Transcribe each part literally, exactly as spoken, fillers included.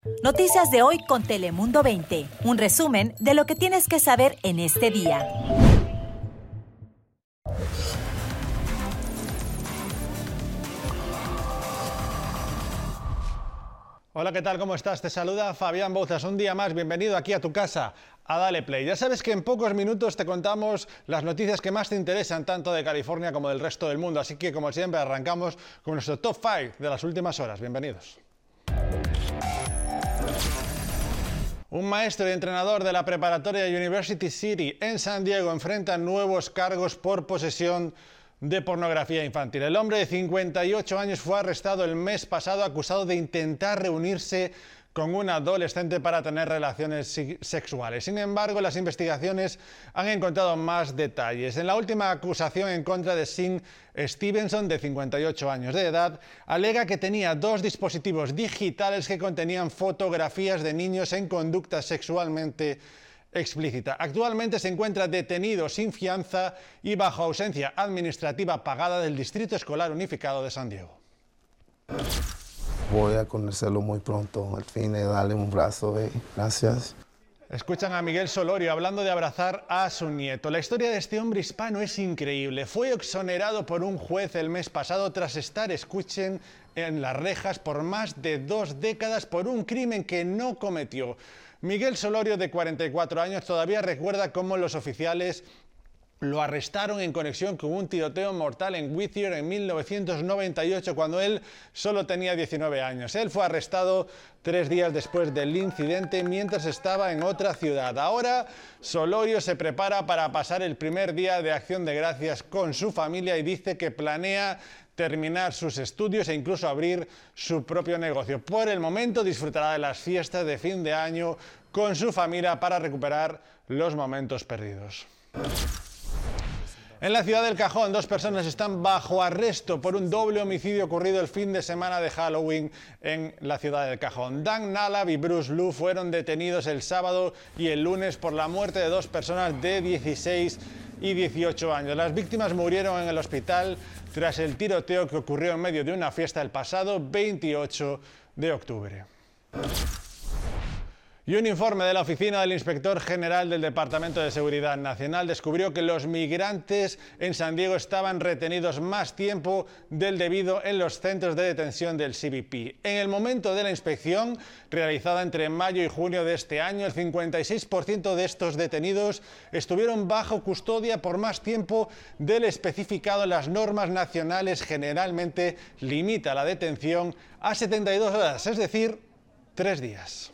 Noticias de hoy con Telemundo veinte. Un resumen de lo que tienes que saber en este día. Hola, ¿qué tal? ¿Cómo estás? Te saluda Fabián Bouzas. Un día más, bienvenido aquí a tu casa, a Dale Play. Ya sabes que en pocos minutos te contamos las noticias que más te interesan, tanto de California como del resto del mundo. Así que, como siempre, arrancamos con nuestro top cinco de las últimas horas. Bienvenidos. Un maestro y entrenador de la preparatoria University City en San Diego enfrenta nuevos cargos por posesión de pornografía infantil. El hombre de cincuenta y ocho años fue arrestado el mes pasado acusado de intentar reunirse con una adolescente para tener relaciones sexuales. Sin embargo, las investigaciones han encontrado más detalles. En la última acusación en contra de Sean Stevenson, de cincuenta y ocho años de edad, alega que tenía dos dispositivos digitales que contenían fotografías de niños en conducta sexualmente explícita. Actualmente se encuentra detenido sin fianza y bajo ausencia administrativa pagada del Distrito Escolar Unificado de San Diego. Voy a conocerlo muy pronto, al fin de darle un abrazo. Eh. Gracias. Escuchan a Miguel Solorio hablando de abrazar a su nieto. La historia de este hombre hispano es increíble. Fue exonerado por un juez el mes pasado tras estar, escuchen, en las rejas por más de dos décadas por un crimen que no cometió. Miguel Solorio, de cuarenta y cuatro años, todavía recuerda cómo los oficiales lo arrestaron en conexión con un tiroteo mortal en Whittier en mil novecientos noventa y ocho, cuando él solo tenía diecinueve años. Él fue arrestado tres días después del incidente mientras estaba en otra ciudad. Ahora, Solorio se prepara para pasar el primer día de Acción de Gracias con su familia y dice que planea terminar sus estudios e incluso abrir su propio negocio. Por el momento disfrutará de las fiestas de fin de año con su familia para recuperar los momentos perdidos. En la ciudad del Cajón, dos personas están bajo arresto por un doble homicidio ocurrido el fin de semana de Halloween en la ciudad del Cajón. Dan Nalab y Bruce Lu fueron detenidos el sábado y el lunes por la muerte de dos personas de dieciséis y dieciocho años. Las víctimas murieron en el hospital tras el tiroteo que ocurrió en medio de una fiesta el pasado veintiocho de octubre. Y un informe de la Oficina del Inspector General del Departamento de Seguridad Nacional descubrió que los migrantes en San Diego estaban retenidos más tiempo del debido en los centros de detención del C B P. En el momento de la inspección, realizada entre mayo y junio de este año, el cincuenta y seis por ciento de estos detenidos estuvieron bajo custodia por más tiempo del especificado en las normas nacionales. Generalmente limita la detención a setenta y dos horas, es decir, tres días.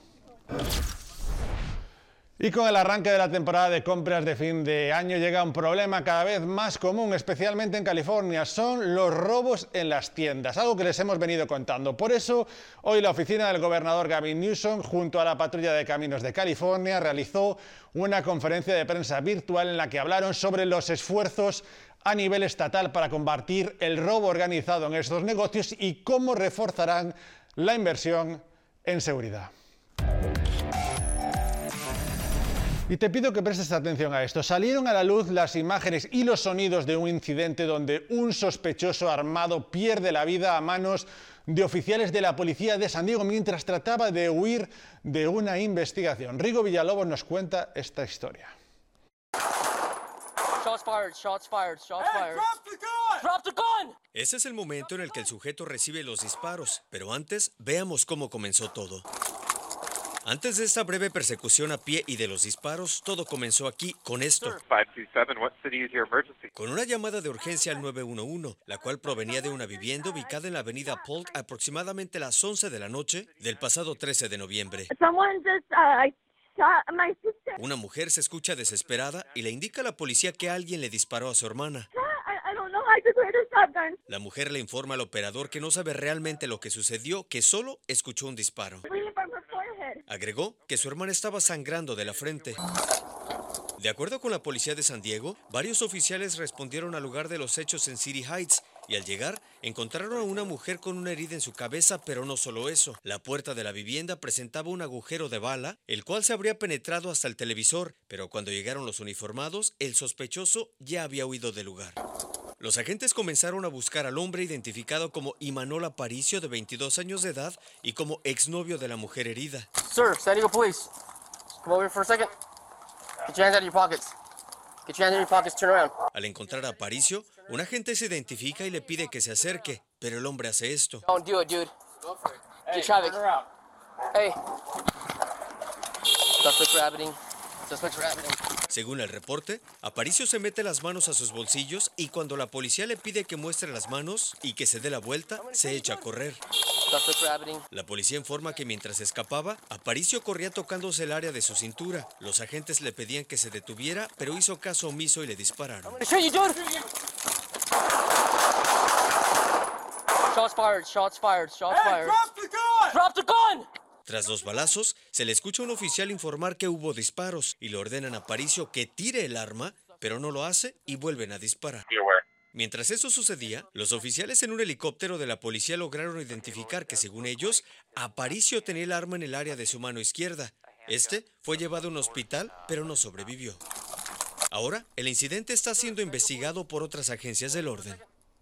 Y con el arranque de la temporada de compras de fin de año llega un problema cada vez más común, especialmente en California. Son los robos en las tiendas, algo que les hemos venido contando. Por eso, hoy la oficina del gobernador Gavin Newsom, junto a la Patrulla de Caminos de California, realizó una conferencia de prensa virtual en la que hablaron sobre los esfuerzos a nivel estatal para combatir el robo organizado en estos negocios y cómo reforzarán la inversión en seguridad. Y te pido que prestes atención a esto. Salieron a la luz las imágenes y los sonidos de un incidente donde un sospechoso armado pierde la vida a manos de oficiales de la policía de San Diego mientras trataba de huir de una investigación. Rigo Villalobos nos cuenta esta historia. Shots fired, shots fired, shots fired. Hey, drop the gun! Drop the gun! Ese es el momento en el que el sujeto recibe los disparos, pero antes veamos cómo comenzó todo. Antes de esta breve persecución a pie y de los disparos, todo comenzó aquí con esto. Con una llamada de urgencia al nueve uno uno, la cual provenía de una vivienda ubicada en la avenida Polk aproximadamente a las once de la noche del pasado trece de noviembre. Una mujer se escucha desesperada y le indica a la policía que alguien le disparó a su hermana. La mujer le informa al operador que no sabe realmente lo que sucedió, que solo escuchó un disparo. Agregó que su hermana estaba sangrando de la frente. De acuerdo con la policía de San Diego, varios oficiales respondieron al lugar de los hechos en City Heights y al llegar encontraron a una mujer con una herida en su cabeza, pero no solo eso. La puerta de la vivienda presentaba un agujero de bala, el cual se habría penetrado hasta el televisor, pero cuando llegaron los uniformados, el sospechoso ya había huido del lugar. Los agentes comenzaron a buscar al hombre identificado como Imanol Aparicio, de veintidós años de edad, y como exnovio de la mujer herida. Sir, San Diego Police. Come over here for a second. Get your hands out of your pockets. Get your hands out of your pockets, turn around. Al encontrar a Aparicio, un agente se identifica y le pide que se acerque, pero el hombre hace esto. Don't do it, dude. Go for it. Hey, traffic. Hey. Suspect's rabbiting. Suspect's rabbiting. Según el reporte, Aparicio se mete las manos a sus bolsillos y cuando la policía le pide que muestre las manos y que se dé la vuelta, se echa a correr. La policía informa que mientras escapaba, Aparicio corría tocándose el área de su cintura. Los agentes le pedían que se detuviera, pero hizo caso omiso y le dispararon. Shots fired, shots fired, shots fired. Drop the gun! Drop the gun! Tras los balazos, se le escucha a un oficial informar que hubo disparos y le ordenan a Aparicio que tire el arma, pero no lo hace y vuelven a disparar. Mientras eso sucedía, los oficiales en un helicóptero de la policía lograron identificar que, según ellos, Aparicio tenía el arma en el área de su mano izquierda. Este fue llevado a un hospital, pero no sobrevivió. Ahora, el incidente está siendo investigado por otras agencias del orden.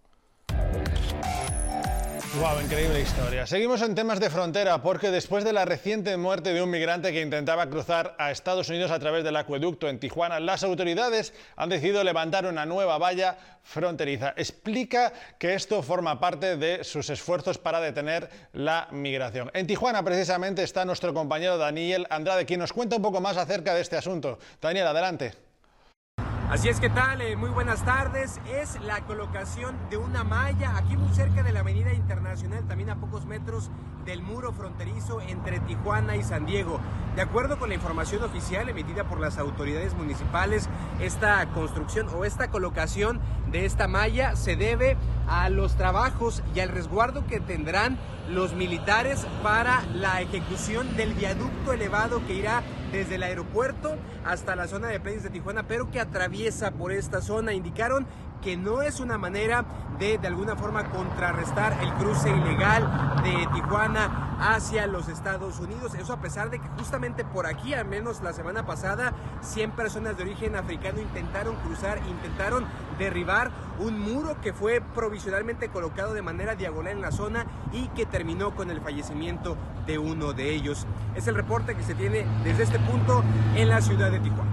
Wow, increíble historia. Seguimos en temas de frontera porque después de la reciente muerte de un migrante que intentaba cruzar a Estados Unidos a través del acueducto en Tijuana, las autoridades han decidido levantar una nueva valla fronteriza. Explica que esto forma parte de sus esfuerzos para detener la migración. En Tijuana, precisamente, está nuestro compañero Daniel Andrade, quien nos cuenta un poco más acerca de este asunto. Daniel, adelante. Así es, ¿qué tal? Eh, muy buenas tardes. Es la colocación de una malla aquí muy cerca de la Avenida Internacional, también a pocos metros del muro fronterizo entre Tijuana y San Diego. De acuerdo con la información oficial emitida por las autoridades municipales, esta construcción o esta colocación de esta malla se debe a los trabajos y al resguardo que tendrán los militares para la ejecución del viaducto elevado que irá desde el aeropuerto hasta la zona de playas de Tijuana, pero que atraviesa por esta zona. Indicaron que no es una manera de de alguna forma contrarrestar el cruce ilegal de Tijuana hacia los Estados Unidos. Eso a pesar de que justamente por aquí, al menos la semana pasada, cien personas de origen africano intentaron cruzar, intentaron derribar un muro que fue provisionalmente colocado de manera diagonal en la zona y que terminó con el fallecimiento de uno de ellos. Es el reporte que se tiene desde este punto en la ciudad de Tijuana.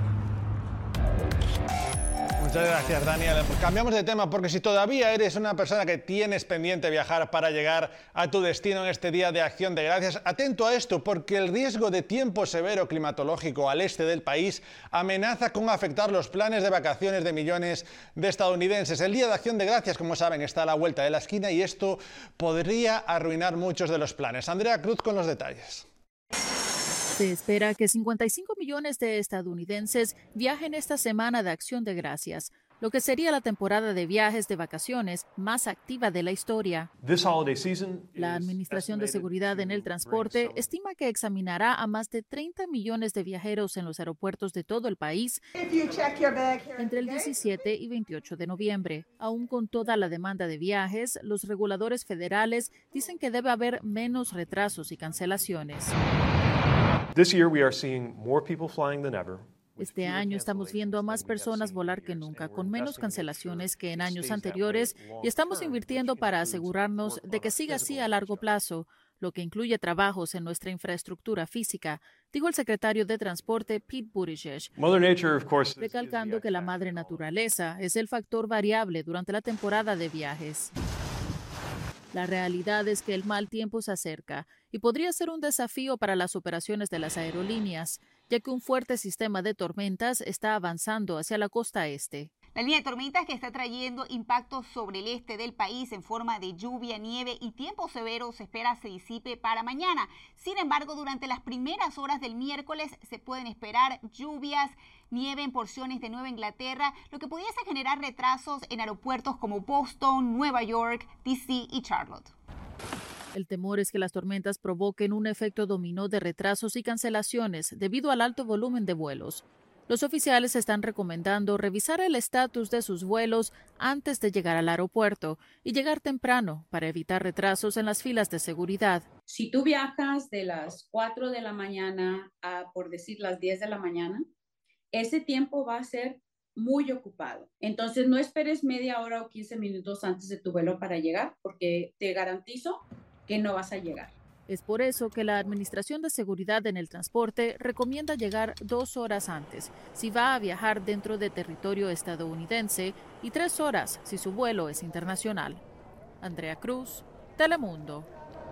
Muchas gracias, Daniel. Pues cambiamos de tema porque si todavía eres una persona que tienes pendiente viajar para llegar a tu destino en este Día de Acción de Gracias, atento a esto porque el riesgo de tiempo severo climatológico al este del país amenaza con afectar los planes de vacaciones de millones de estadounidenses. El Día de Acción de Gracias, como saben, está a la vuelta de la esquina y esto podría arruinar muchos de los planes. Andrea Cruz con los detalles. Se espera que cincuenta y cinco millones de estadounidenses viajen esta semana de Acción de Gracias, lo que sería la temporada de viajes de vacaciones más activa de la historia. La Administración de Seguridad en el Transporte estima que examinará a más de treinta millones de viajeros en los aeropuertos de todo el país entre el diecisiete y veintiocho de noviembre. Aún con toda la demanda de viajes, los reguladores federales dicen que debe haber menos retrasos y cancelaciones. Este año estamos viendo a más personas volar que nunca, con menos cancelaciones que en años anteriores, y estamos invirtiendo para asegurarnos de que siga así a largo plazo, lo que incluye trabajos en nuestra infraestructura física, dijo el secretario de Transporte Pete Buttigieg, recalcando que la madre naturaleza es el factor variable durante la temporada de viajes. La realidad es que el mal tiempo se acerca y podría ser un desafío para las operaciones de las aerolíneas, ya que un fuerte sistema de tormentas está avanzando hacia la costa este. La línea de tormentas que está trayendo impactos sobre el este del país en forma de lluvia, nieve y tiempo severo se espera se disipe para mañana. Sin embargo, durante las primeras horas del miércoles se pueden esperar lluvias, nieve en porciones de Nueva Inglaterra, lo que pudiese generar retrasos en aeropuertos como Boston, Nueva York, D C y Charlotte. El temor es que las tormentas provoquen un efecto dominó de retrasos y cancelaciones debido al alto volumen de vuelos. Los oficiales están recomendando revisar el estatus de sus vuelos antes de llegar al aeropuerto y llegar temprano para evitar retrasos en las filas de seguridad. Si tú viajas de las cuatro de la mañana a, por decir, las diez de la mañana, ese tiempo va a ser muy ocupado. Entonces no esperes media hora o quince minutos antes de tu vuelo para llegar, porque te garantizo que no vas a llegar. Es por eso que la Administración de Seguridad en el Transporte recomienda llegar dos horas antes si va a viajar dentro de territorio estadounidense y tres horas si su vuelo es internacional. Andrea Cruz, Telemundo.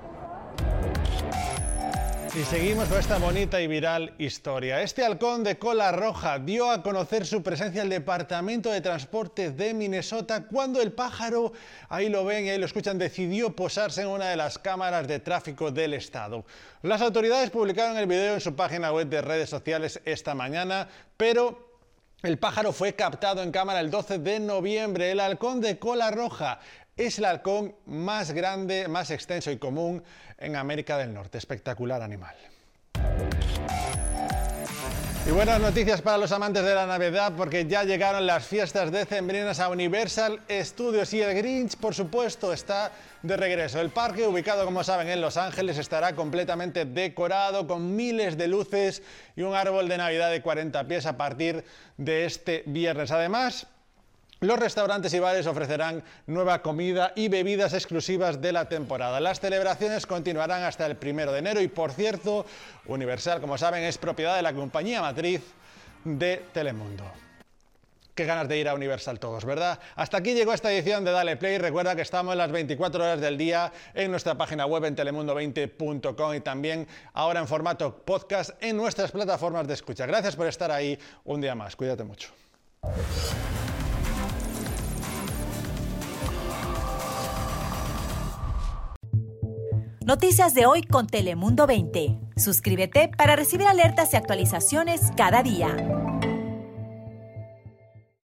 Y seguimos con esta bonita y viral historia. Este halcón de cola roja dio a conocer su presencia al Departamento de Transporte de Minnesota cuando el pájaro, ahí lo ven y ahí lo escuchan, decidió posarse en una de las cámaras de tráfico del estado. Las autoridades publicaron el video en su página web de redes sociales esta mañana, pero el pájaro fue captado en cámara el doce de noviembre. El halcón de cola roja es el halcón más grande, más extenso y común en América del Norte. Espectacular animal. Y buenas noticias para los amantes de la Navidad, porque ya llegaron las fiestas decembrinas a Universal Studios y el Grinch, por supuesto, está de regreso. El parque, ubicado, como saben, en Los Ángeles, estará completamente decorado con miles de luces y un árbol de Navidad de cuarenta pies a partir de este viernes. Además, los restaurantes y bares ofrecerán nueva comida y bebidas exclusivas de la temporada. Las celebraciones continuarán hasta el primero de enero y, por cierto, Universal, como saben, es propiedad de la compañía matriz de Telemundo. Qué ganas de ir a Universal todos, ¿verdad? Hasta aquí llegó esta edición de Dale Play. Recuerda que estamos las veinticuatro horas del día en nuestra página web en telemundo veinte punto com y también ahora en formato podcast en nuestras plataformas de escucha. Gracias por estar ahí un día más. Cuídate mucho. Noticias de hoy con Telemundo veinte. Suscríbete para recibir alertas y actualizaciones cada día.